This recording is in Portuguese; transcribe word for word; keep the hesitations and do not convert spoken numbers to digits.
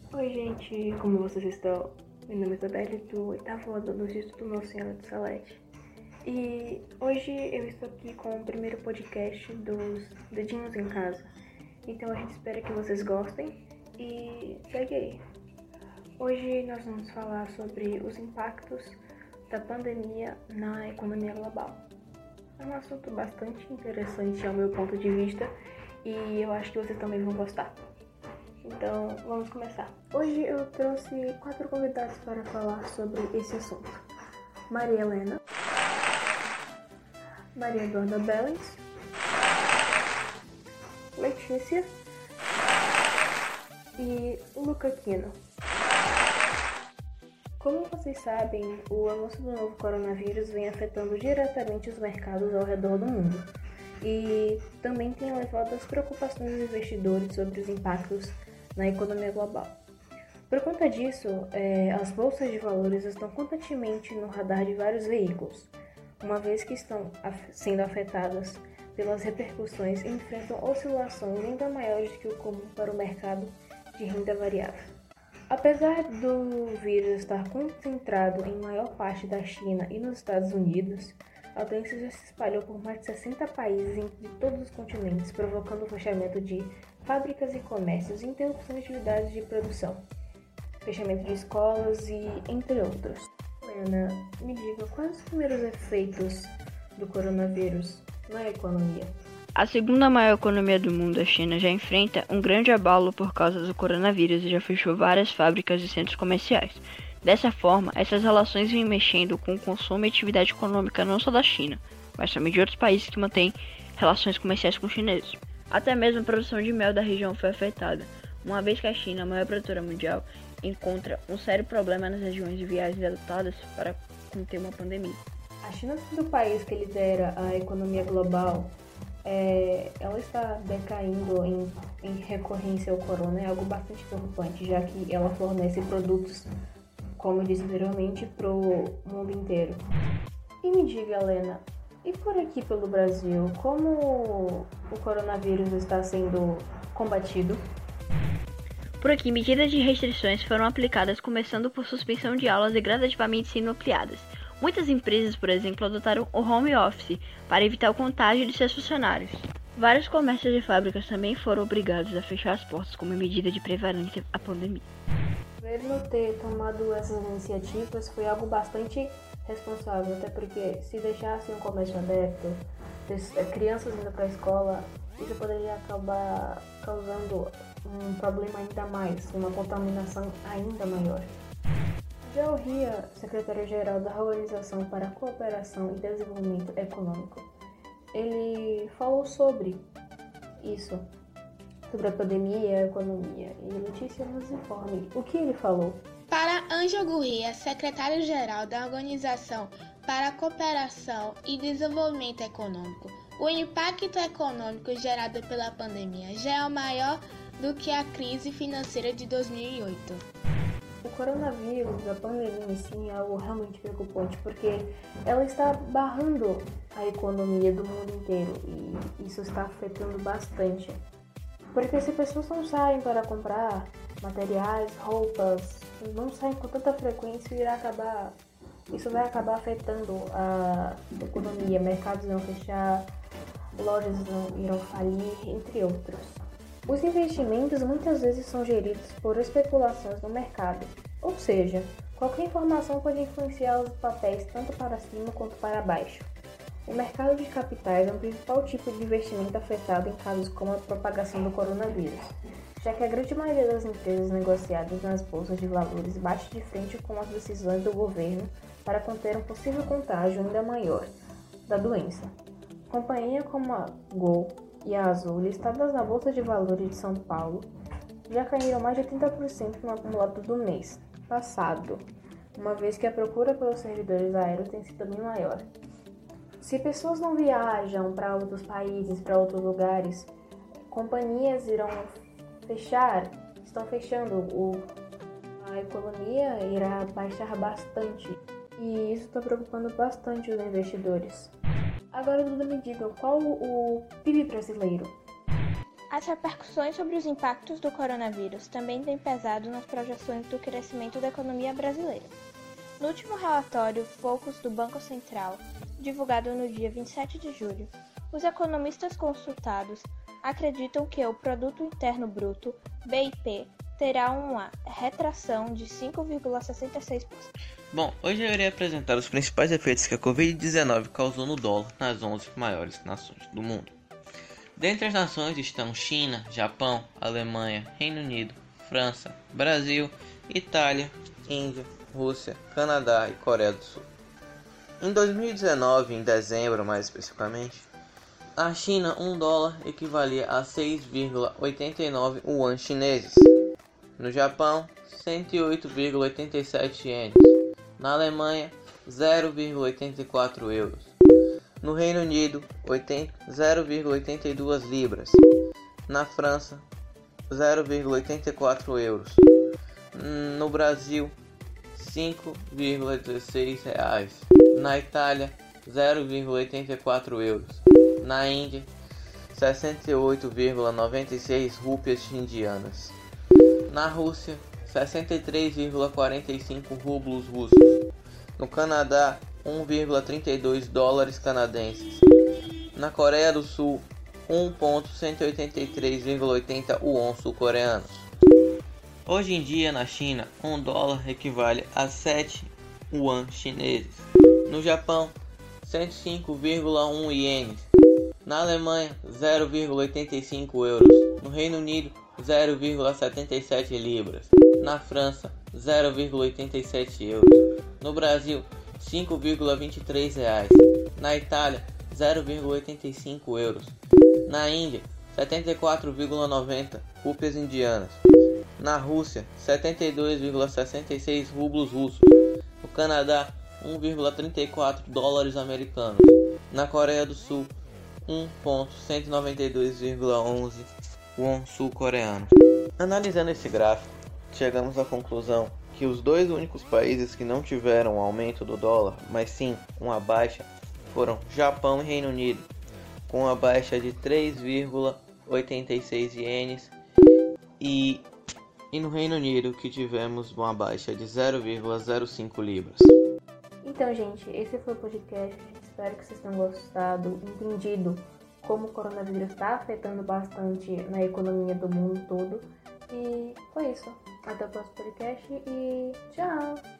Oi, gente, como vocês estão? Meu nome é Isabelle, do oitavo ano do Instituto Nossa Senhora de Salete. E hoje eu estou aqui com o primeiro podcast dos Dedinhos em Casa. Então a gente espera que vocês gostem e segue aí. Hoje nós vamos falar sobre os impactos da pandemia na economia global. É um assunto bastante interessante ao meu ponto de vista e eu acho que vocês também vão gostar. Então, vamos começar. Hoje eu trouxe quatro convidados para falar sobre esse assunto. Maria Helena, Maria Eduarda Bellens, Letícia e Luca Quino. Como vocês sabem, o avanço do novo coronavírus vem afetando diretamente os mercados ao redor do mundo e também tem levado às preocupações dos investidores sobre os impactos na economia global. Por conta disso, é, as bolsas de valores estão constantemente no radar de vários veículos, uma vez que estão af- sendo afetadas pelas repercussões e enfrentam oscilações ainda maiores do que o comum para o mercado de renda variável. Apesar do vírus estar concentrado em maior parte da China e nos Estados Unidos, a doença já se espalhou por mais de sessenta países em todos os continentes, provocando o fechamento de fábricas e comércios e interrupção de atividades de produção, fechamento de escolas e entre outros. Helena, me diga, quais os primeiros efeitos do coronavírus na economia? A segunda maior economia do mundo, a China, já enfrenta um grande abalo por causa do coronavírus e já fechou várias fábricas e centros comerciais. Dessa forma, essas relações vêm mexendo com o consumo e atividade econômica não só da China, mas também de outros países que mantêm relações comerciais com os chineses. Até mesmo a produção de mel da região foi afetada, uma vez que a China, a maior produtora mundial, encontra um sério problema nas regiões de viagens adotadas para conter uma pandemia. A China, sendo o país que lidera a economia global, é, ela está decaindo em, em recorrência ao corona, é algo bastante preocupante, já que ela fornece produtos, como eu disse anteriormente, para o mundo inteiro. E me diga, Helena, e por aqui pelo Brasil, como o coronavírus está sendo combatido? Por aqui, medidas de restrições foram aplicadas, começando por suspensão de aulas e gradativamente sendo ampliadas. Muitas empresas, por exemplo, adotaram o home office para evitar o contágio de seus funcionários. Vários comércios e fábricas também foram obrigados a fechar as portas como medida de prevalência à pandemia. O governo ter tomado essas iniciativas foi algo bastante responsável, até porque se deixassem o comércio aberto, crianças indo para a escola, isso poderia acabar causando um problema ainda mais, uma contaminação ainda maior. Já o R I A, secretário-geral da Organização para a Cooperação e Desenvolvimento Econômico, ele falou sobre isso, sobre a pandemia e a economia. E Letícia nos informe o que ele falou. Para Ângelo Gurria, secretário-geral da Organização para a Cooperação e Desenvolvimento Econômico, o impacto econômico gerado pela pandemia já é maior do que a crise financeira de dois mil e oito. O coronavírus, a pandemia em si, é algo realmente preocupante, porque ela está barrando a economia do mundo inteiro e isso está afetando bastante. Porque se pessoas não saem para comprar materiais, roupas, não saem com tanta frequência, irá acabar, isso vai acabar afetando a economia, mercados vão fechar, lojas não irão falir, entre outros. Os investimentos muitas vezes são geridos por especulações no mercado, ou seja, qualquer informação pode influenciar os papéis tanto para cima quanto para baixo. O mercado de capitais é o principal tipo de investimento afetado em casos como a propagação do coronavírus, já que a grande maioria das empresas negociadas nas bolsas de valores bate de frente com as decisões do governo para conter um possível contágio ainda maior da doença. Companhias como a Gol e a Azul, listadas na Bolsa de Valores de São Paulo, já caíram mais de trinta por cento no acumulado do mês passado, uma vez que a procura pelos servidores aéreos tem sido bem maior. Se pessoas não viajam para outros países, para outros lugares, companhias irão fechar, estão fechando, o, a economia irá baixar bastante e isso está preocupando bastante os investidores. Agora, Duda, me diga, qual o P I B brasileiro? As repercussões sobre os impactos do coronavírus também têm pesado nas projeções do crescimento da economia brasileira. No último relatório Focus do Banco Central, divulgado no dia vinte e sete de julho, os economistas consultados acreditam que o Produto Interno Bruto, B I P, terá uma retração de cinco vírgula sessenta e seis por cento. Bom, hoje eu irei apresentar os principais efeitos que a covid dezenove causou no dólar nas onze maiores nações do mundo. Dentre as nações estão China, Japão, Alemanha, Reino Unido, França, Brasil, Itália, Índia, Rússia, Canadá e Coreia do Sul. Em dois mil e dezenove, em dezembro mais especificamente, na China um dólar equivalia a seis vírgula oitenta e nove yuan chineses. No Japão, cento e oito vírgula oitenta e sete ienes. Na Alemanha, zero vírgula oitenta e quatro euros. No Reino Unido, zero vírgula oitenta e duas libras. Na França, zero vírgula oitenta e quatro euros. No Brasil, cinco vírgula dezesseis reais. Na Itália, zero vírgula oitenta e quatro euros. Na Índia, sessenta e oito vírgula noventa e seis rúpias indianas. Na Rússia, sessenta e três vírgula quarenta e cinco rublos russos. No Canadá, um vírgula trinta e dois dólares canadenses. Na Coreia do Sul, um vírgula cento e oitenta e três vírgula oitenta won sul-coreanos. Hoje em dia, na China, um dólar equivale a sete yuan chineses. No Japão, cento e cinco vírgula um ienes. Na Alemanha, zero vírgula oitenta e cinco euros. No Reino Unido, zero vírgula setenta e sete libras. Na França, zero vírgula oitenta e sete euros. No Brasil, cinco vírgula vinte e três reais. Na Itália, zero vírgula oitenta e cinco euros. Na Índia, setenta e quatro vírgula noventa rúpias indianas. Na Rússia, setenta e dois vírgula sessenta e seis rublos russos. No Canadá, um vírgula trinta e quatro dólares americanos. Na Coreia do Sul, um vírgula cento e noventa e dois vírgula onze won sul-coreano. Analisando esse gráfico, chegamos à conclusão que os dois únicos países que não tiveram um aumento do dólar, mas sim uma baixa, foram Japão e Reino Unido, com uma baixa de três vírgula oitenta e seis ienes, e, e no Reino Unido que tivemos uma baixa de zero vírgula zero cinco libras. Então, gente, esse foi o podcast. Espero que vocês tenham gostado, entendido como o coronavírus está afetando bastante na economia do mundo todo. E foi isso. Até o próximo podcast e tchau!